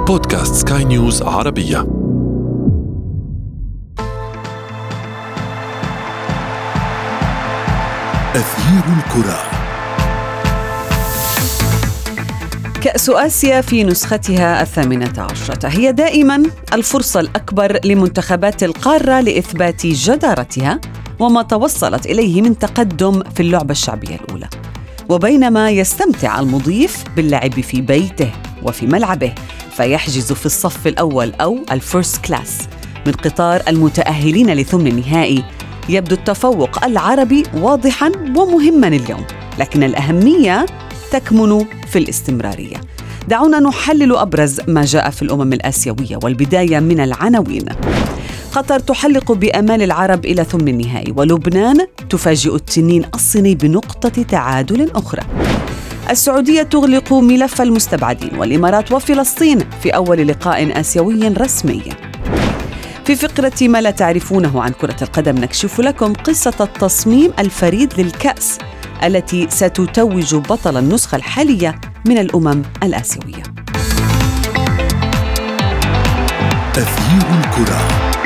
بودكاست سكاي نيوز عربية. أثير الكرة. كأس آسيا في نسختها 18 هي دائما الفرصة الأكبر لمنتخبات القارة لإثبات جدارتها وما توصلت إليه من تقدم في اللعبة الشعبية الأولى. وبينما يستمتع المضيف باللعب في بيته وفي ملعبه فيحجز في الصف الأول أو الفيرست كلاس من قطار المتأهلين لثمن النهائي، يبدو التفوق العربي واضحاً ومهماً اليوم، لكن الأهمية تكمن في الاستمرارية. دعونا نحلل أبرز ما جاء في الأمم الآسيوية، والبداية من العناوين. قطر تحلق بآمال العرب إلى ثمن النهائي، ولبنان تفاجئ التنين الصيني بنقطة تعادل أخرى. السعودية تغلق ملف المستبعدين، والإمارات وفلسطين في أول لقاء آسيوي رسمي. في فقرة ما لا تعرفونه عن كرة القدم نكشف لكم قصة التصميم الفريد للكأس التي ستتوج بطل النسخة الحالية من الأمم الآسيوية. أثير الكرة.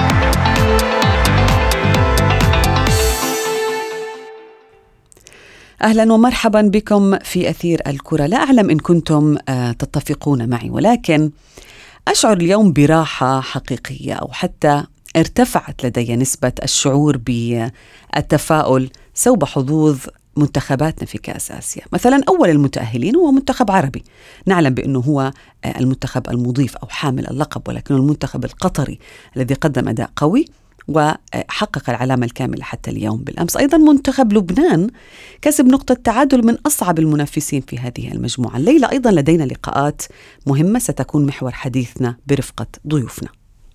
أهلا ومرحبا بكم في أثير الكرة. لا أعلم إن كنتم تتفقون معي، ولكن أشعر اليوم براحة حقيقية، أو حتى ارتفعت لدي نسبة الشعور بالتفاؤل صوب حظوظ منتخباتنا في كأس آسيا. مثلا أول المتأهلين هو منتخب عربي، نعلم بأنه هو المنتخب المضيف أو حامل اللقب، ولكن المنتخب القطري الذي قدم أداء قوي وحقق العلامة الكاملة حتى اليوم. بالأمس أيضا منتخب لبنان كسب نقطة تعادل من أصعب المنافسين في هذه المجموعة. الليلة أيضا لدينا لقاءات مهمة ستكون محور حديثنا برفقة ضيوفنا.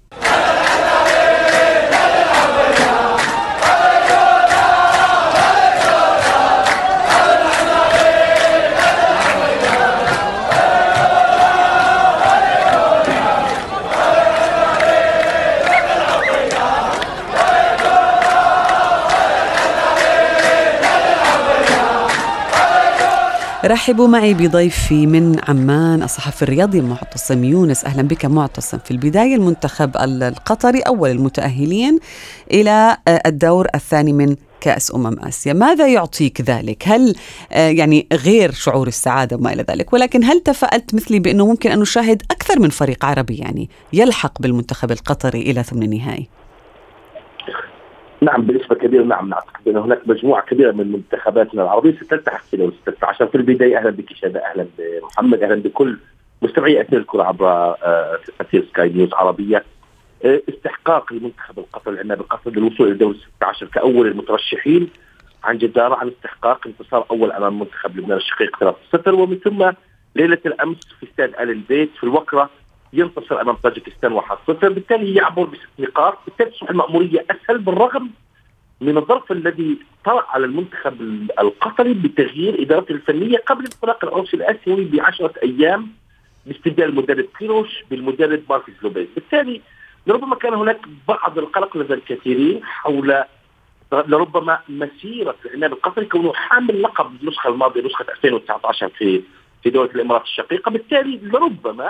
رحبوا معي بضيفي من عمان الصحفي الرياضي معتصم يونس. أهلا بك معتصم. في البداية، المنتخب القطري أول المتأهلين إلى الدور الثاني من كأس آسيا، ماذا يعطيك ذلك؟ هل يعني غير شعور السعادة وما إلى ذلك، ولكن هل تفائلت مثلي بأنه ممكن أن نشاهد أكثر من فريق عربي يعني يلحق بالمنتخب القطري إلى ثمن النهائي؟ نعم بنسبة كبيرة. نعم نعتقد أن هناك مجموعة كبيرة من منتخباتنا العربية ستلتحق في دور 16. في البداية أهلا بك شذا، أهلا بمحمد، أهلا بكل مستمعي أثير الكرة عبر أثير سكاي نيوز عربية. استحقاق المنتخب القطري لنا بالقصد للوصول إلى دور 16 كأول المترشحين عن جدارة، عن استحقاق انتصار أول أمام منتخب لبنان الشقيق 3-0، ومن ثم ليلة الأمس في استاد آل البيت في الوكرة ينتصر أمام طاجكستان 1-0، بالتالي يعبر ب6 نقاط. بالتالي تصبح المأمورية أسهل، بالرغم من الظرف الذي طرأ على المنتخب القطري بتغيير إدارته الفنية قبل انطلاق العرس الآسيوي ب10 أيام باستبدال المدرب كيروش بالمدرب ماركوس لوبيز. بالتالي لربما كان هناك بعض القلق لدى الكثيرين حول لربما مسيرة العناب القطري كونه حامل لقب النسخة الماضية نسخة 2019 في دولة الإمارات الشقيقة. بالتالي لربما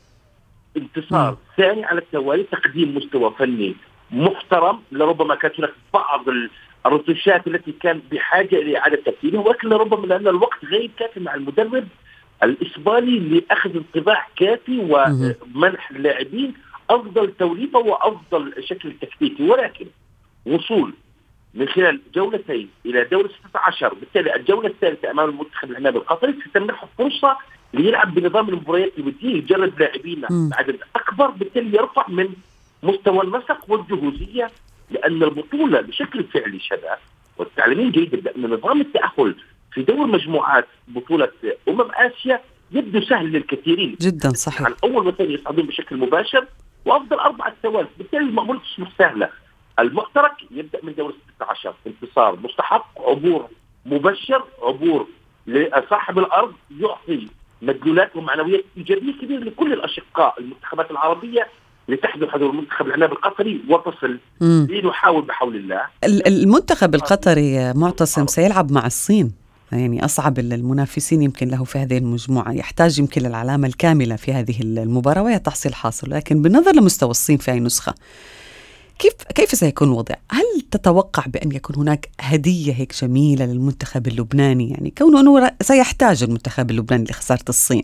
انتصار ثاني على التوالي، تقديم مستوى فني محترم. لربما كانت هناك بعض الرتوشات التي كان بحاجة إلى إعادة ترتيبها، ولكن لربما لأن الوقت غير كافي مع المدرب الإسباني لأخذ انطباع كافي ومنح اللاعبين أفضل توليفة وأفضل شكل تكتيكي. ولكن وصول من خلال جولتين إلى دور 16، بالتالي الجولة الثالثة أمام المنتخب العناب القطري ستمنحه فرصة ليلعب بنظام المباريات الودية، يجرب لاعبين بعدد أكبر، بالتالي يرفع من مستوى النسق والجهوزية. لأن البطولة بشكل فعلي شباب والتعليمين جيدا بأن نظام التأهل في دور مجموعات بطولة آسيا يبدو سهل للكثيرين جدا. صحيح. عن أول مثلا يصعدون بشكل مباشر وأفضل 4 توالي، بالتالي المأمورية تصبح سهلة. المعترك يبدأ من دور 16، انتصار مستحق، عبور مبشر، عبور لصاحب الأرض، يعطي مدلولات ومعنويات إيجابية كبيرة لكل الأشقاء المنتخبات العربية لتحذر حذر المنتخب العناب القطري وتصل لنحاول بحول الله. المنتخب القطري معتصم سيلعب مع الصين يعني أصعب المنافسين يمكن له في هذه المجموعة، يحتاج يمكن للعلامة الكاملة في هذه المباراة وهي تحصيل حاصل. لكن بالنظر لمستوى الصين في هذه النسخة، كيف سيكون الوضع؟ هل تتوقع بأن يكون هناك هدية هيك جميلة للمنتخب اللبناني، يعني كونه أنه سيحتاج المنتخب اللبناني لخسارة الصين؟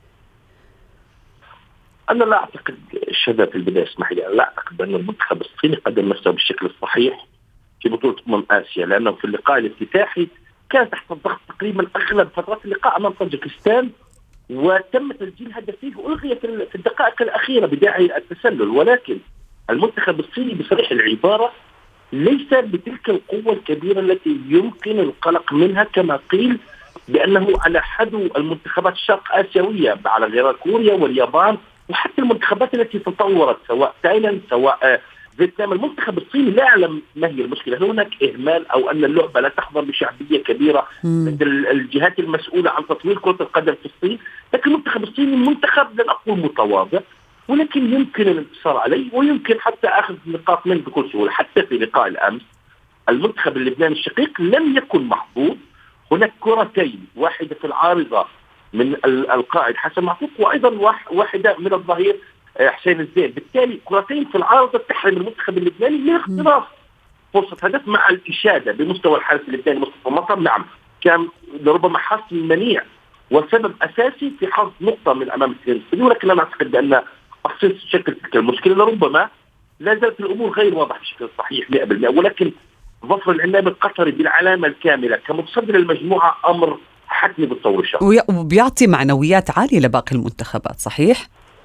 انا لا اعتقد الشباب في البدايه، اسمح لي، لا اعتقد ان المنتخب الصيني قدم نفسه بالشكل الصحيح في بطوله اسيا، لانه في اللقاء الافتتاحي كان تحت الضغط تقريبا اغلب فترات اللقاء امام طاجكستان، وتم تسجيل هدفين والغي في الدقائق الاخيره بداعي التسلل. ولكن المنتخب الصيني بصريح العباره ليس بتلك القوه الكبيره التي يمكن القلق منها، كما قيل بانه على حدو المنتخبات الشرق اسيويه على غير كوريا واليابان وحتى المنتخبات التي تطورت سواء تايلاند سواء فيتنام. المنتخب الصيني لا يعلم ما هي المشكله، هل هناك اهمال او ان اللعبه لا تحظى بشعبيه كبيره لدى الجهات المسؤوله عن تطوير كره القدم في الصين؟ لكن المنتخب الصيني منتخب لن اقول متواضع، ولكن يمكن الانتصار عليه ويمكن حتى اخذ نقاط منه بكل سهوله. حتى في لقاء الامس المنتخب اللبناني الشقيق لم يكن محظوظ، هناك كرتين، واحده في العارضه من القائد حسن معطوف وايضا واحده من الظهير حسين الزين، بالتالي كرتين في العارضه تحرم المنتخب اللبناني من اقتراص فرصه هدف، مع الاشاده بمستوى الحارس اللبناني مصطفى مطر. نعم كان لربما حسم منيع وسبب اساسي في حظ نقطه من امام الصين، ولكن انا اعتقد بان الصين تشكل تلك المشكله، لربما لا زالت الامور غير واضحه بشكل صحيح 100%، ولكن ظفر العناب القطري بالعلامه الكامله كمتصدر المجموعه امر حتمي بالطور الشهر، وبيعطي معنويات عاليه لباقي المنتخبات. صحيح؟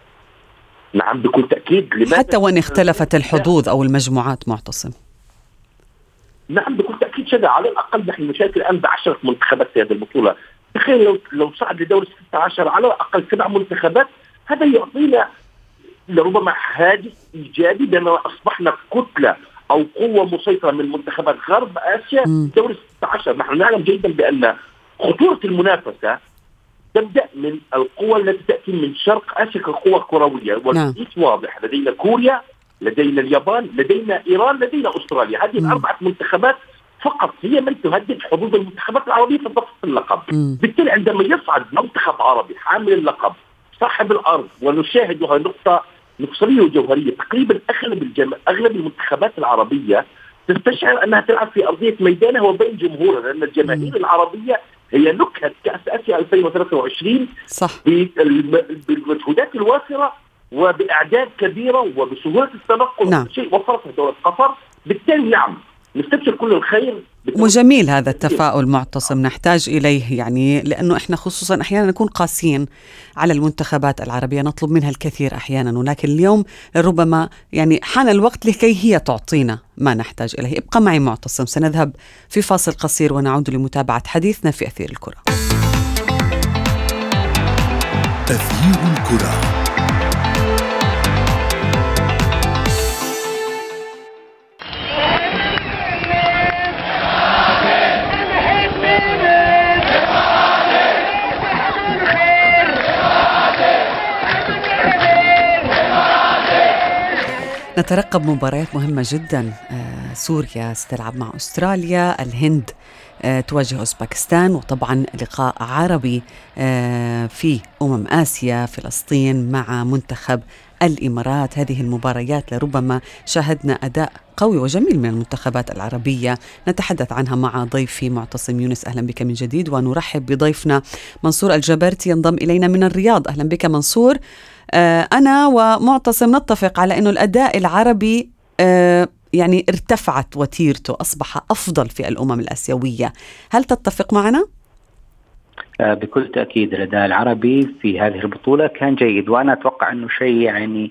نعم بكل تاكيد. حتى وان اختلفت الحظوظ او المجموعات معتصم. نعم بكل تاكيد شجع، على الاقل نحن نشارك الان ب10 منتخبات في هذه البطوله، تخيل لو صعد لدور 16 على الاقل 7 منتخبات، هذا يعطينا لربما هاجس ايجابي باننا اصبحنا كتله او قوه مسيطره من منتخبات غرب اسيا دور 16. نحن نعلم جيدا بان خطوره المنافسه تبدا من القوى التي تاتي من شرق اسيا كقوه كرويه، والرئيس واضح، لدينا كوريا، لدينا اليابان، لدينا ايران، لدينا استراليا، هذه الاربعه منتخبات فقط هي من تهدد حظوظ المنتخبات العربيه في ضبط اللقب. بالتالي عندما يصعد منتخب عربي حامل اللقب صاحب الارض، ونشاهد وهي نقطه مفصليه وجوهريه، تقريبا اغلب المنتخبات العربيه تستشعر انها تلعب في ارضيه ميدانها وبين جمهورها، لان الجماهير العربيه هي نكهه كاس اسيا 2023 صح، بالمجهودات الوافره وباعداد كبيره وبسهوله التنقل. نعم. شيء وفرته دوله قطر، بالتالي نعم نستبشر كل الخير. وجميل هذا التفاؤل معتصم، نحتاج إليه، يعني لأنه إحنا خصوصا أحيانا نكون قاسيين على المنتخبات العربية، نطلب منها الكثير أحيانا، ولكن اليوم ربما يعني حان الوقت لكي هي تعطينا ما نحتاج إليه. ابقى معي معتصم، سنذهب في فاصل قصير ونعود لمتابعة حديثنا في أثير الكرة. أثير الكرة. نترقب مباريات مهمة جدا. سوريا ستلعب مع أستراليا، الهند تواجه أوزباكستان، وطبعا لقاء عربي في آسيا، فلسطين مع منتخب الإمارات. هذه المباريات لربما شاهدنا أداء قوي وجميل من المنتخبات العربية، نتحدث عنها مع ضيفي معتصم يونس. أهلا بك من جديد، ونرحب بضيفنا منصور الجبرتي ينضم إلينا من الرياض. أهلا بك منصور. أنا ومعتصم نتفق على أنه الأداء العربي يعني ارتفعت وتيرته، أصبح أفضل في الأمم الآسيوية، هل تتفق معنا؟ بكل تأكيد الأداء العربي في هذه البطولة كان جيد، وأنا أتوقع أنه شيء يعني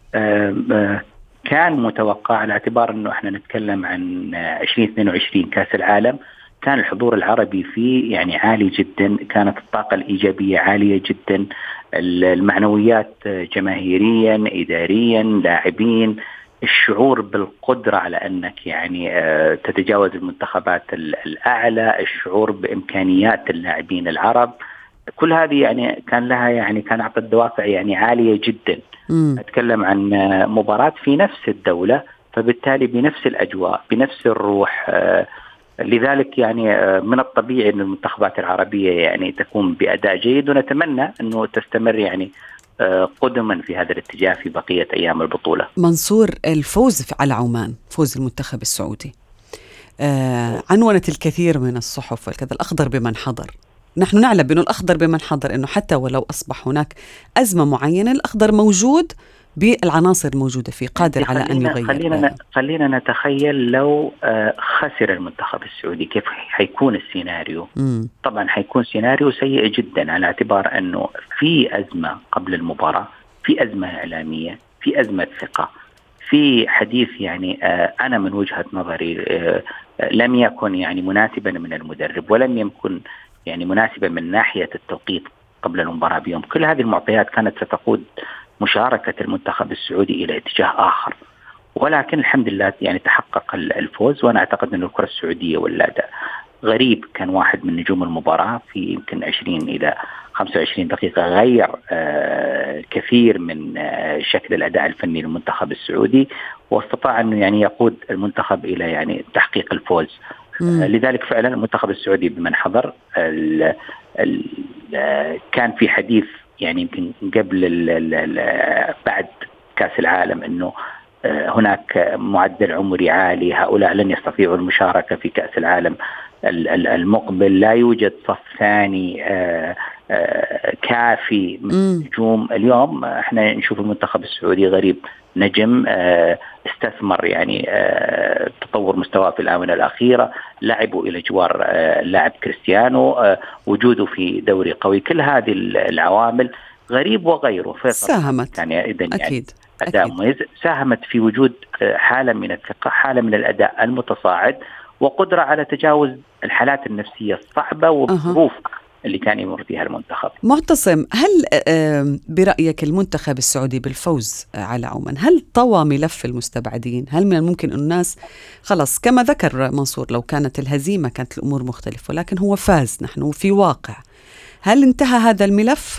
كان متوقع، على اعتبار أنه إحنا نتكلم عن 2022 كأس العالم، كان الحضور العربي فيه يعني عالي جدا، كانت الطاقة الإيجابية عالية جدا، المعنويات جماهيريا إداريا لاعبين، الشعور بالقدرة على أنك يعني تتجاوز المنتخبات الأعلى، الشعور بإمكانيات اللاعبين العرب، كل هذه يعني كان لها يعني كان أعطت دوافع يعني عالية جدا. أتكلم عن مباراة في نفس الدولة، فبالتالي بنفس الأجواء بنفس الروح، لذلك يعني من الطبيعي أن المنتخبات العربية يعني تكون بأداء جيد، ونتمنى أنه تستمر يعني قدما في هذا الاتجاه في بقية أيام البطولة. منصور، الفوز على عمان، فوز المنتخب السعودي، عنونت الكثير من الصحف والكذا الأخضر بمن حضر. نحن نعلم بأنه الأخضر بمن حضر، أنه حتى ولو أصبح هناك أزمة معينة الأخضر موجود بالعناصر الموجودة فيه، قادر على أن يغير. خلينا نتخيل لو خسر المنتخب السعودي كيف حيكون السيناريو. طبعا حيكون سيناريو سيء جدا، على اعتبار أنه في أزمة قبل المباراة، في أزمة إعلامية، في أزمة ثقة، في حديث يعني أنا من وجهة نظري لم يكن يعني مناسبا من المدرب، ولم يكن يعني مناسبا من ناحية التوقيت قبل المباراة بيوم. كل هذه المعطيات كانت ستقود مشاركة المنتخب السعودي إلى اتجاه آخر، ولكن الحمد لله يعني تحقق الفوز. وأنا أعتقد أن الكرة السعودية والأداء غريب، كان واحد من نجوم المباراة في يمكن 20 إلى 25 دقيقة غير كثير من شكل الأداء الفني للمنتخب السعودي، واستطاع أنه يعني يقود المنتخب إلى يعني تحقيق الفوز. لذلك فعلا المنتخب السعودي بمن حضر كان في حديث يعني يمكن قبل بعد كأس العالم أنه هناك معدل عمري عالي، هؤلاء لن يستطيعوا المشاركة في كأس العالم المقبل، لا يوجد صف ثاني كافي من النجوم. اليوم احنا نشوف المنتخب السعودي غريب، نجم استثمر يعني تطور مستواه في الآونة الأخيرة، لعبوا إلى جوار اللاعب كريستيانو، وجوده في دوري قوي، كل هذه العوامل غريب وغيره ساهمت يعني إذن أكيد أداء أكيد. مميز، ساهمت في وجود حالة من الثقة، حالة من الأداء المتصاعد، وقدرة على تجاوز الحالات النفسية الصعبة والظروف اللي كان يمر فيها المنتخب. معتصم، هل برأيك المنتخب السعودي بالفوز على عمان هل طوى ملف المستبعدين؟ هل من الممكن أن الناس خلص كما ذكر منصور لو كانت الهزيمة كانت الأمور مختلفة، ولكن هو فاز، نحن في واقع، هل انتهى هذا الملف؟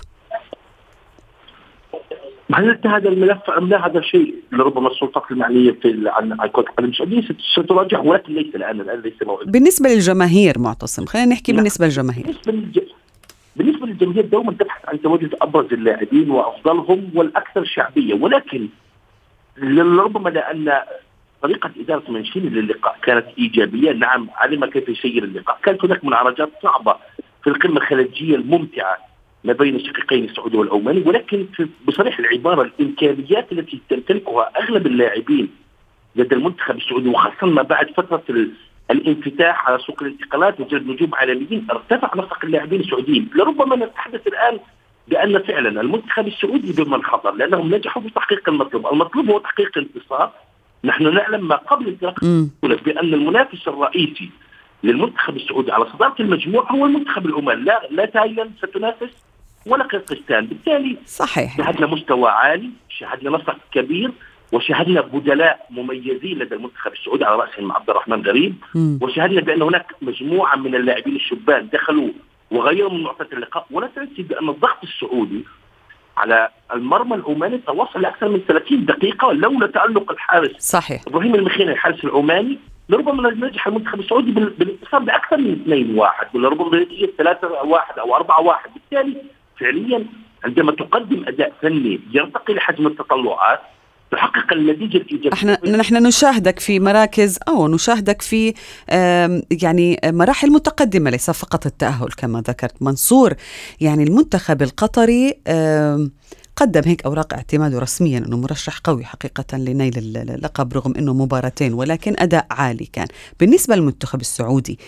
هل انتهى هذا الملف أم لا؟ هذا شيء لربما السلطات المعنية عن كرة القدم السعودية ستراجع، ولكن ليس الآن ليس موعد. بالنسبة للجماهير معتصم، خلينا نحكي بالنسبة للجماهير. بالنسبة للجماهير دوما تبحث عن تواجد أبرز اللاعبين وأفضلهم والأكثر شعبية، ولكن لربما لأن طريقة إدارة منشين للقاء كانت إيجابية. نعم، علم كيف يسير اللقاء. كانت هناك مناوشات صعبة في القمة الخليجية الممتعة ما بين الشقيقين السعودي والعماني، ولكن بصريح العبارة الإمكانيات التي تمتلكها أغلب اللاعبين لدى المنتخب السعودي، وخاصة ما بعد فترة الانفتاح على سوق الانتقالات وجلب نجوم عالميين، ارتفع نسق اللاعبين السعوديين. لربما نتحدث الآن بأن فعلا المنتخب السعودي بمن حضر، لأنهم نجحوا في تحقيق المطلوب هو تحقيق الانتصار. نحن نعلم ما قبل الانطلاق بأن المنافس الرئيسي للمنتخب السعودي على صدارة المجموعة هو المنتخب العماني، لا تايلاند ستنافس ولا قرقستان. بالتالي صحيح شاهدنا مستوى عالي، شاهدنا نسق كبير، وشاهدنا بدلاء مميزين لدى المنتخب السعودي على رأسهم عبد الرحمن غريب، وشاهدنا بأن هناك مجموعة من اللاعبين الشبان دخلوا وغيروا من معطيات اللقاء. ولا تنسي بأن الضغط السعودي على المرمى العماني توصل لأكثر من 30 دقيقة لولا تألق الحارس صحيح إبراهيم المخيني الحارس العماني. لربما نجح المنتخب السعودي بالانتصار بأكثر من 2-1 ولربما بنتيجة 3-1 أو 4-1. بالتالي فعليا عندما تقدم أداء فني يرتقي لحجم التطلعات تحقق النتيجة الإيجابية. نحن نشاهدك في مراكز أو نشاهدك في يعني مراحل متقدمة، ليس فقط التأهل كما ذكرت منصور. يعني المنتخب القطري قدم هيك أوراق اعتماده رسميا أنه مرشح قوي حقيقة لنيل اللقب رغم أنه مباراتين، ولكن أداء عالي كان. بالنسبة للمنتخب السعودي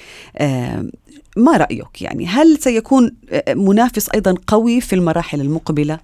ما رأيك؟ يعني هل سيكون منافس أيضا قوي في المراحل المقبلة؟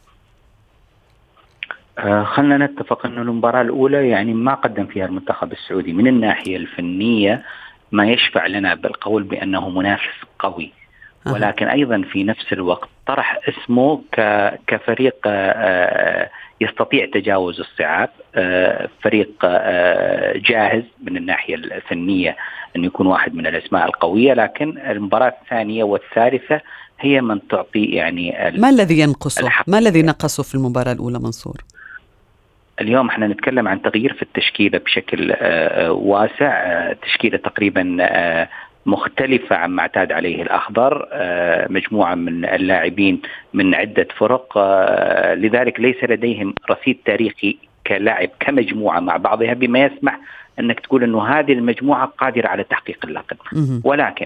خلنا نتفق أن المباراة الأولى يعني ما قدم فيها المنتخب السعودي من الناحية الفنية ما يشفع لنا بالقول بأنه منافس قوي، ولكن أيضا في نفس الوقت طرح اسمه كفريق يستطيع تجاوز الصعاب، فريق جاهز من الناحية الفنية أن يكون واحد من الأسماء القوية. لكن المباراة الثانية والثالثة هي من تعطي يعني ما الذي ينقصه؟ ما الذي نقصه في المباراة الأولى منصور؟ اليوم احنا نتكلم عن تغيير في التشكيلة بشكل واسع، تشكيلة تقريبا مختلفة عما اعتاد عليه الأخضر، مجموعة من اللاعبين من عدة فرق، لذلك ليس لديهم رصيد تاريخي كلاعب كمجموعة مع بعضها بما يسمح أنك تقول أنه هذه المجموعة قادرة على تحقيق اللقب. ولكن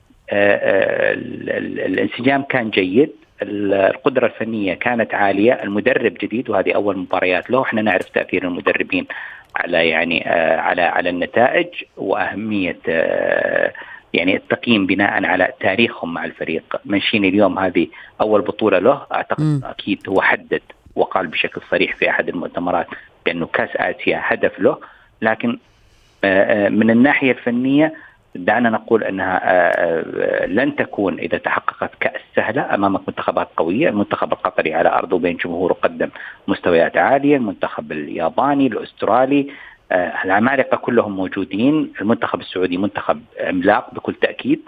الانسجام كان جيد، القدرة الفنية كانت عالية، المدرب جديد وهذه أول مباريات له. احنا نعرف تأثير المدربين على على النتائج وأهمية يعني التقييم بناء على تاريخهم مع الفريق. منشيني اليوم هذه أول بطولة له، أعتقد أكيد هو حدد وقال بشكل صريح في أحد المؤتمرات بأنه كأس آسيا هدف له، لكن من الناحية الفنية دعنا نقول أنها لن تكون إذا تحققت كأس سهلة أمامك منتخبات قوية. المنتخب القطري على أرضه بين جمهوره قدم مستويات عالية، المنتخب الياباني، الأسترالي، العمالقة كلهم موجودين، المنتخب السعودي منتخب عملاق بكل تأكيد.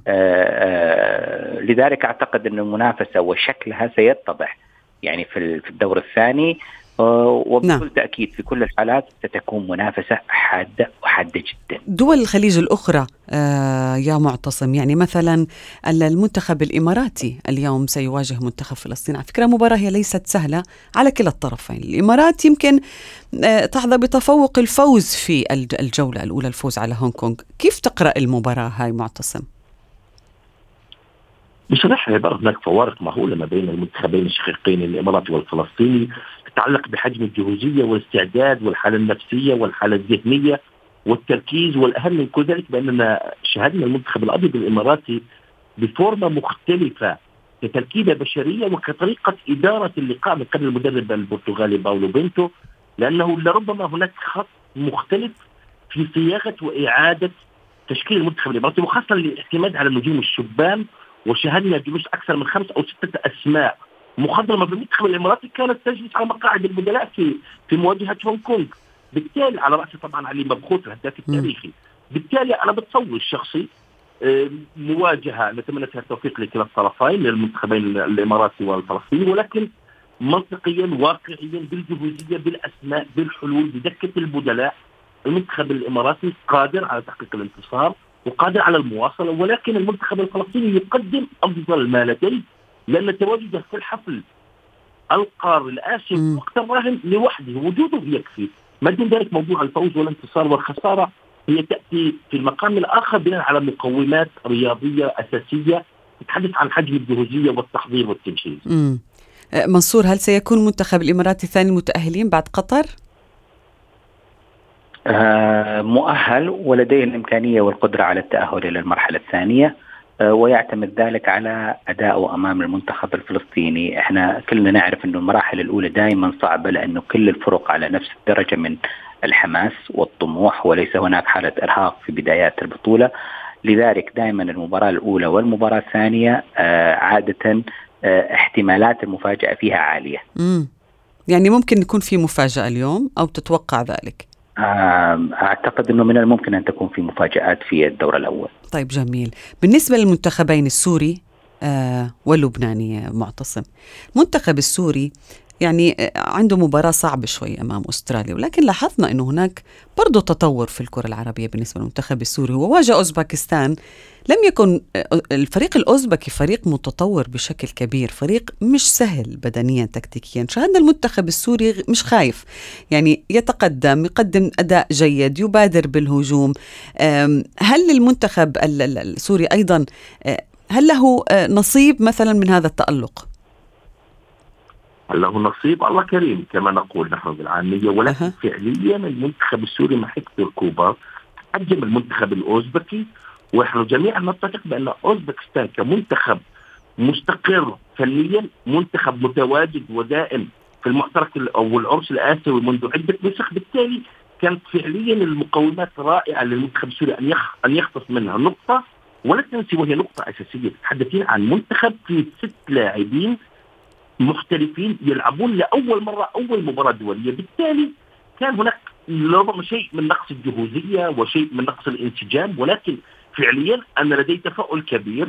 لذلك أعتقد أن المنافسة وشكلها سيتضح يعني في الدور الثاني، وبكل تأكيد في كل الحالات ستكون منافسة حادة جدا. دول الخليج الأخرى يا معتصم، يعني مثلا المنتخب الإماراتي اليوم سيواجه منتخب فلسطين. على فكرة مباراة هي ليست سهلة على كلا الطرفين. الإمارات يمكن تحظى بتفوق الفوز في الجولة الأولى، الفوز على هونغ كونغ. كيف تقرأ المباراة هاي معتصم؟ بصراحة هناك فوارق مهولة ما بين المنتخبين الشقيقين الإماراتي والفلسطيني تتعلق بحجم الجهوزية والاستعداد والحالة النفسية والحالة الذهنية والتركيز، والأهم من كل ذلك بأننا شاهدنا المنتخب الأبيض الإماراتي بفورمة مختلفة كتركيبة بشرية وكطريقة إدارة اللقاء من قبل المدرب البرتغالي باولو بينتو، لأنه لربما هناك خط مختلف في صياغة وإعادة تشكيل المنتخب الإماراتي، وخاصة الاعتماد على النجوم الشبان. وشاهدنا جلوس أكثر من 5 أو 6 أسماء مخضرمة بالمنتخب الإماراتي كانت تجلس على مقاعد البدلاء في مواجهة هونغ كونغ. بالتالي على رأس طبعا علي مبخوت الهداف التاريخي. بالتالي أنا بتصور الشخصي مواجهة نتمنى فيها التوفيق لكلا الطرفين للمنتخبين الإماراتي والفلسطيني، ولكن منطقيا واقعيا بالجهوزية بالأسماء بالحلول بدكة البدلاء المنتخب الإماراتي قادر على تحقيق الانتصار وقادر على المواصلة، ولكن المنتخب الفلسطيني يقدم أفضل ما لديه، لأن تواجده في الحفل القار الآسيوي وقت الراهن لوحده وجوده يكفي. ما دون ذلك موضوع الفوز والانتصار والخسارة هي تأتي في المقام الآخر بناء على مقومات رياضية أساسية تتحدث عن حجم الجهوزية والتحضير والتنشيز. منصور، هل سيكون منتخب الإمارات الثاني المتأهلين بعد قطر؟ مؤهل ولديه الإمكانية والقدرة على التأهل إلى المرحلة الثانية، ويعتمد ذلك على أداؤه أمام المنتخب الفلسطيني. احنا كلنا نعرف أن المراحل الأولى دائما صعبة، لأنه كل الفرق على نفس الدرجة من الحماس والطموح، وليس هناك حالة إرهاق في بدايات البطولة. لذلك دائما المباراة الأولى والمباراة الثانية عادة احتمالات المفاجأة فيها عالية. يعني ممكن يكون في مفاجأة اليوم أو تتوقع ذلك؟ أعتقد أنه من الممكن أن تكون في مفاجآت في الدور الأول. طيب جميل. بالنسبة للمنتخبين السوري واللبناني معتصم، المنتخب السوري يعني عنده مباراة صعبة شوي أمام أستراليا، ولكن لاحظنا أنه هناك برضو تطور في الكرة العربية بالنسبة للمنتخب السوري. وواجه أوزباكستان، لم يكن الفريق الأوزبكي فريق متطور بشكل كبير، فريق مش سهل بدنيا تكتيكيا. شاهدنا المنتخب السوري مش خايف، يعني يتقدم، يقدم أداء جيد، يبادر بالهجوم. هل المنتخب السوري أيضا هل له نصيب مثلا من هذا التألق؟ له نصيب، الله كريم كما نقول نحن بالعامية، ولكن فعليا المنتخب السوري مع حكة الكوبا حجم المنتخب الأوزبكي، ونحن جميعا نتفق بأن أوزبكستان كمنتخب مستقر فنيا، منتخب متواجد ودائم في المعترك أو العرس الآسيوي منذ عدة نسخ. بالتالي كانت فعليا المقومات رائعة للمنتخب السوري أن يختص منها نقطة، ولا تنسي وهي نقطة أساسية. تتحدثين عن منتخب فيه 6 لاعبين محترفين يلعبون لأول مرة أول مباراة دولية. بالتالي كان هناك ربما شيء من نقص الجهوزية وشيء من نقص الانسجام، ولكن فعليا أنا لدي تفاؤل كبير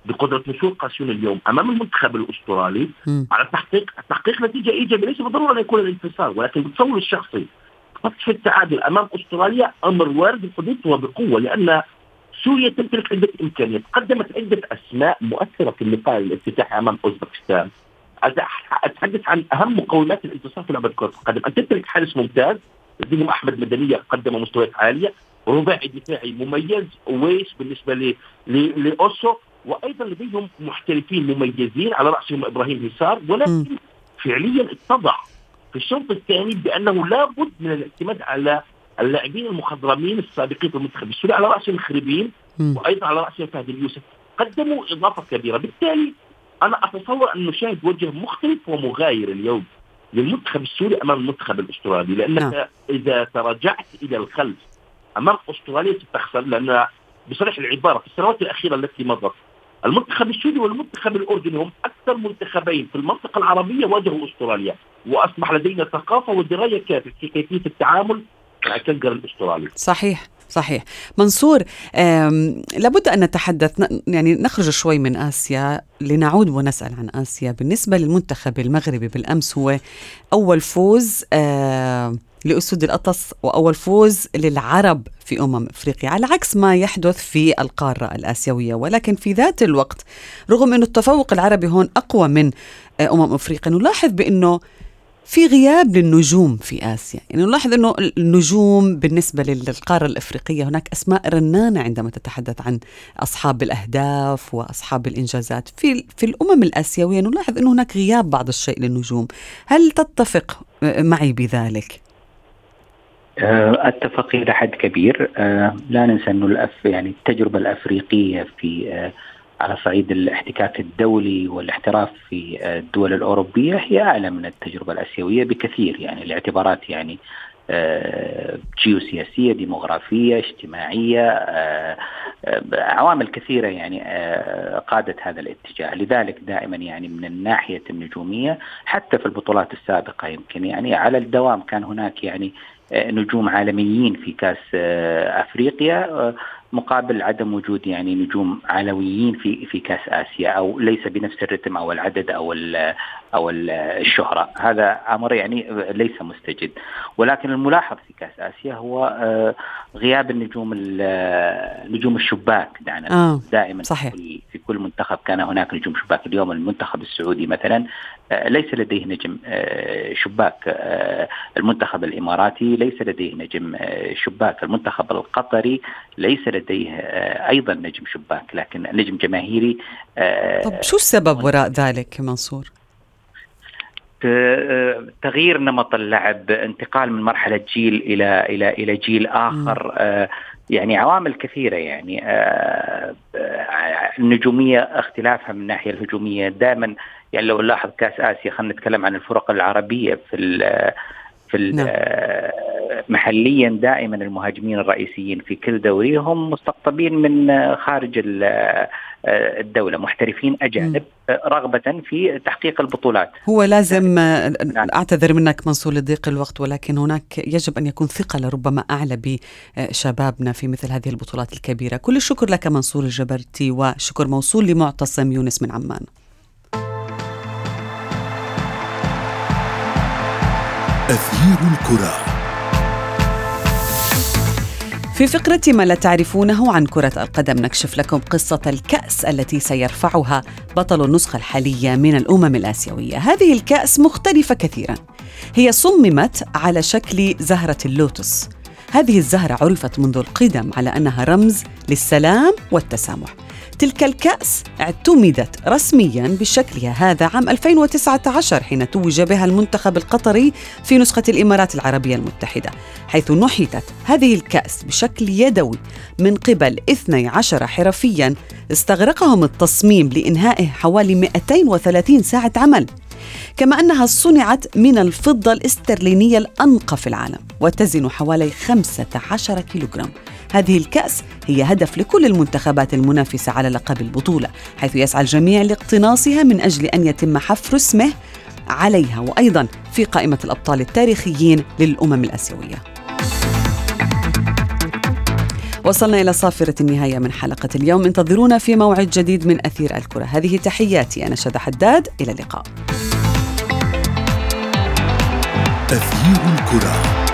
بقدرة نشوء قاسيون اليوم أمام المنتخب الأسترالي على تحقيق نتيجة إيجابية. ليس بالضرورة أن يكون الانتصار، ولكن بالتصور الشخصي خطف التعادل أمام أستراليا أمر وارد الحدوث وبقوة، لأن سوريا تمتلك عدة إمكانيات. قدمت عدة أسماء مؤثرة في اللقاء الافتتاحي أمام أوزبكستان. أتحدث عن أهم مقومات الانتصار في لعبة كرة القدم، أن تمتلك حارس ممتاز لديهم أحمد مدنية قدم مستويات عالية، رباعي دفاعي مميز ويش بالنسبة لأوسو، وأيضا لديهم محترفين مميزين على رأسهم إبراهيم هسار. ولكن فعليا اتضح في الشوط الثاني بأنه لا بد من الاعتماد على اللاعبين المخضرمين السابقين في المنتخب السوري على رأسهم الخريبين وأيضا على رأسهم فهد اليوسف. قدموا إضافة كبيرة. بالتالي أنا أتصور أن نشاهد وجه مختلف ومغاير اليوم للمنتخب السوري أمام المنتخب الأسترالي، لأنك إذا تراجعت إلى الخلف أمام أستراليا ستخسر، لأن بصريح العبارة في السنوات الأخيرة التي مضت المنتخب السوري والمنتخب الأردني هم أكثر منتخبين في المنطقة العربية واجهوا أستراليا، وأصبح لدينا ثقافة ودراية كافية في كيفية التعامل مع الكنغر الأسترالي. صحيح منصور، لابد أن نتحدث، يعني نخرج شوي من آسيا لنعود ونسأل عن آسيا. بالنسبة للمنتخب المغربي بالأمس هو أول فوز لأسود الأطلس وأول فوز للعرب في أفريقيا، على عكس ما يحدث في القارة الآسيوية. ولكن في ذات الوقت رغم أن التفوق العربي هون أقوى من أفريقيا، نلاحظ بأنه في غياب للنجوم في آسيا. يعني نلاحظ أنه النجوم بالنسبة للقارة الأفريقية هناك أسماء رنانة عندما تتحدث عن أصحاب الأهداف وأصحاب الإنجازات. في الأمم الآسيوية نلاحظ أنه هناك غياب بعض الشيء للنجوم. هل تتفق معي بذلك؟ أتفق إلى حد كبير. لا ننسى أنه يعني التجربة الأفريقية في على صعيد الاحتكاك الدولي والاحتراف في الدول الأوروبية هي أعلى من التجربة الآسيوية بكثير، يعني الاعتبارات يعني جيوسياسية، ديموغرافية، اجتماعية، عوامل كثيرة يعني قادت هذا الاتجاه. لذلك دائما يعني من الناحية النجومية حتى في البطولات السابقة يمكن يعني على الدوام كان هناك يعني نجوم عالميين في كأس أفريقيا مقابل عدم وجود يعني نجوم علويين في كأس آسيا، أو ليس بنفس الرتم أو العدد أو الشهرة. هذا أمر يعني ليس مستجد. ولكن الملاحظ في كأس آسيا هو غياب نجوم الشباك. دائما صحيح. في كل منتخب كان هناك نجوم شباك. اليوم المنتخب السعودي مثلا ليس لديه نجم شباك، المنتخب الإماراتي ليس لديه نجم شباك، المنتخب القطري ليس لديه أيضا نجم شباك لكن نجم جماهيري. طب شو السبب وراء ذلك منصور؟ تغيير نمط اللعب، انتقال من مرحلة جيل إلى جيل آخر، يعني عوامل كثيرة. يعني النجومية اختلافها من الناحية الهجومية دائما. يعني لو نلاحظ كأس آسيا، خلينا نتكلم عن الفرق العربية محليا دائما المهاجمين الرئيسيين في كل دوري هم مستقطبين من خارج الدولة، محترفين أجانب رغبة في تحقيق البطولات. هو لازم أعتذر منك منصور لضيق الوقت، ولكن هناك يجب أن يكون ثقة ربما أعلى بشبابنا في مثل هذه البطولات الكبيرة. كل الشكر لك منصور الجبرتي، وشكر موصول لمعتصم يونس من عمان. أثير الكرة. في فقرة ما لا تعرفونه عن كرة القدم نكشف لكم قصة الكأس التي سيرفعها بطل النسخة الحالية من الأمم الآسيوية. هذه الكأس مختلفة كثيرا، هي صممت على شكل زهرة اللوتس. هذه الزهرة عرفت منذ القدم على أنها رمز للسلام والتسامح. تلك الكأس اعتمدت رسمياً بشكلها هذا عام 2019 حين توج بها المنتخب القطري في نسخة الإمارات العربية المتحدة، حيث نحتت هذه الكأس بشكل يدوي من قبل 12 حرفياً استغرقهم التصميم لإنهائه حوالي 230 ساعة عمل. كما أنها صنعت من الفضة الاسترلينية الأنقى في العالم وتزن حوالي 15 كيلوغرام. هذه الكأس هي هدف لكل المنتخبات المنافسة على لقب البطولة، حيث يسعى الجميع لاقتناصها من أجل أن يتم حفر اسمه عليها، وأيضا في قائمة الأبطال التاريخيين للأمم الآسيوية. وصلنا إلى صافرة النهاية من حلقة اليوم. انتظرونا في موعد جديد من أثير الكرة. هذه تحياتي، أنا شذى حداد، إلى اللقاء. أثير الكرة.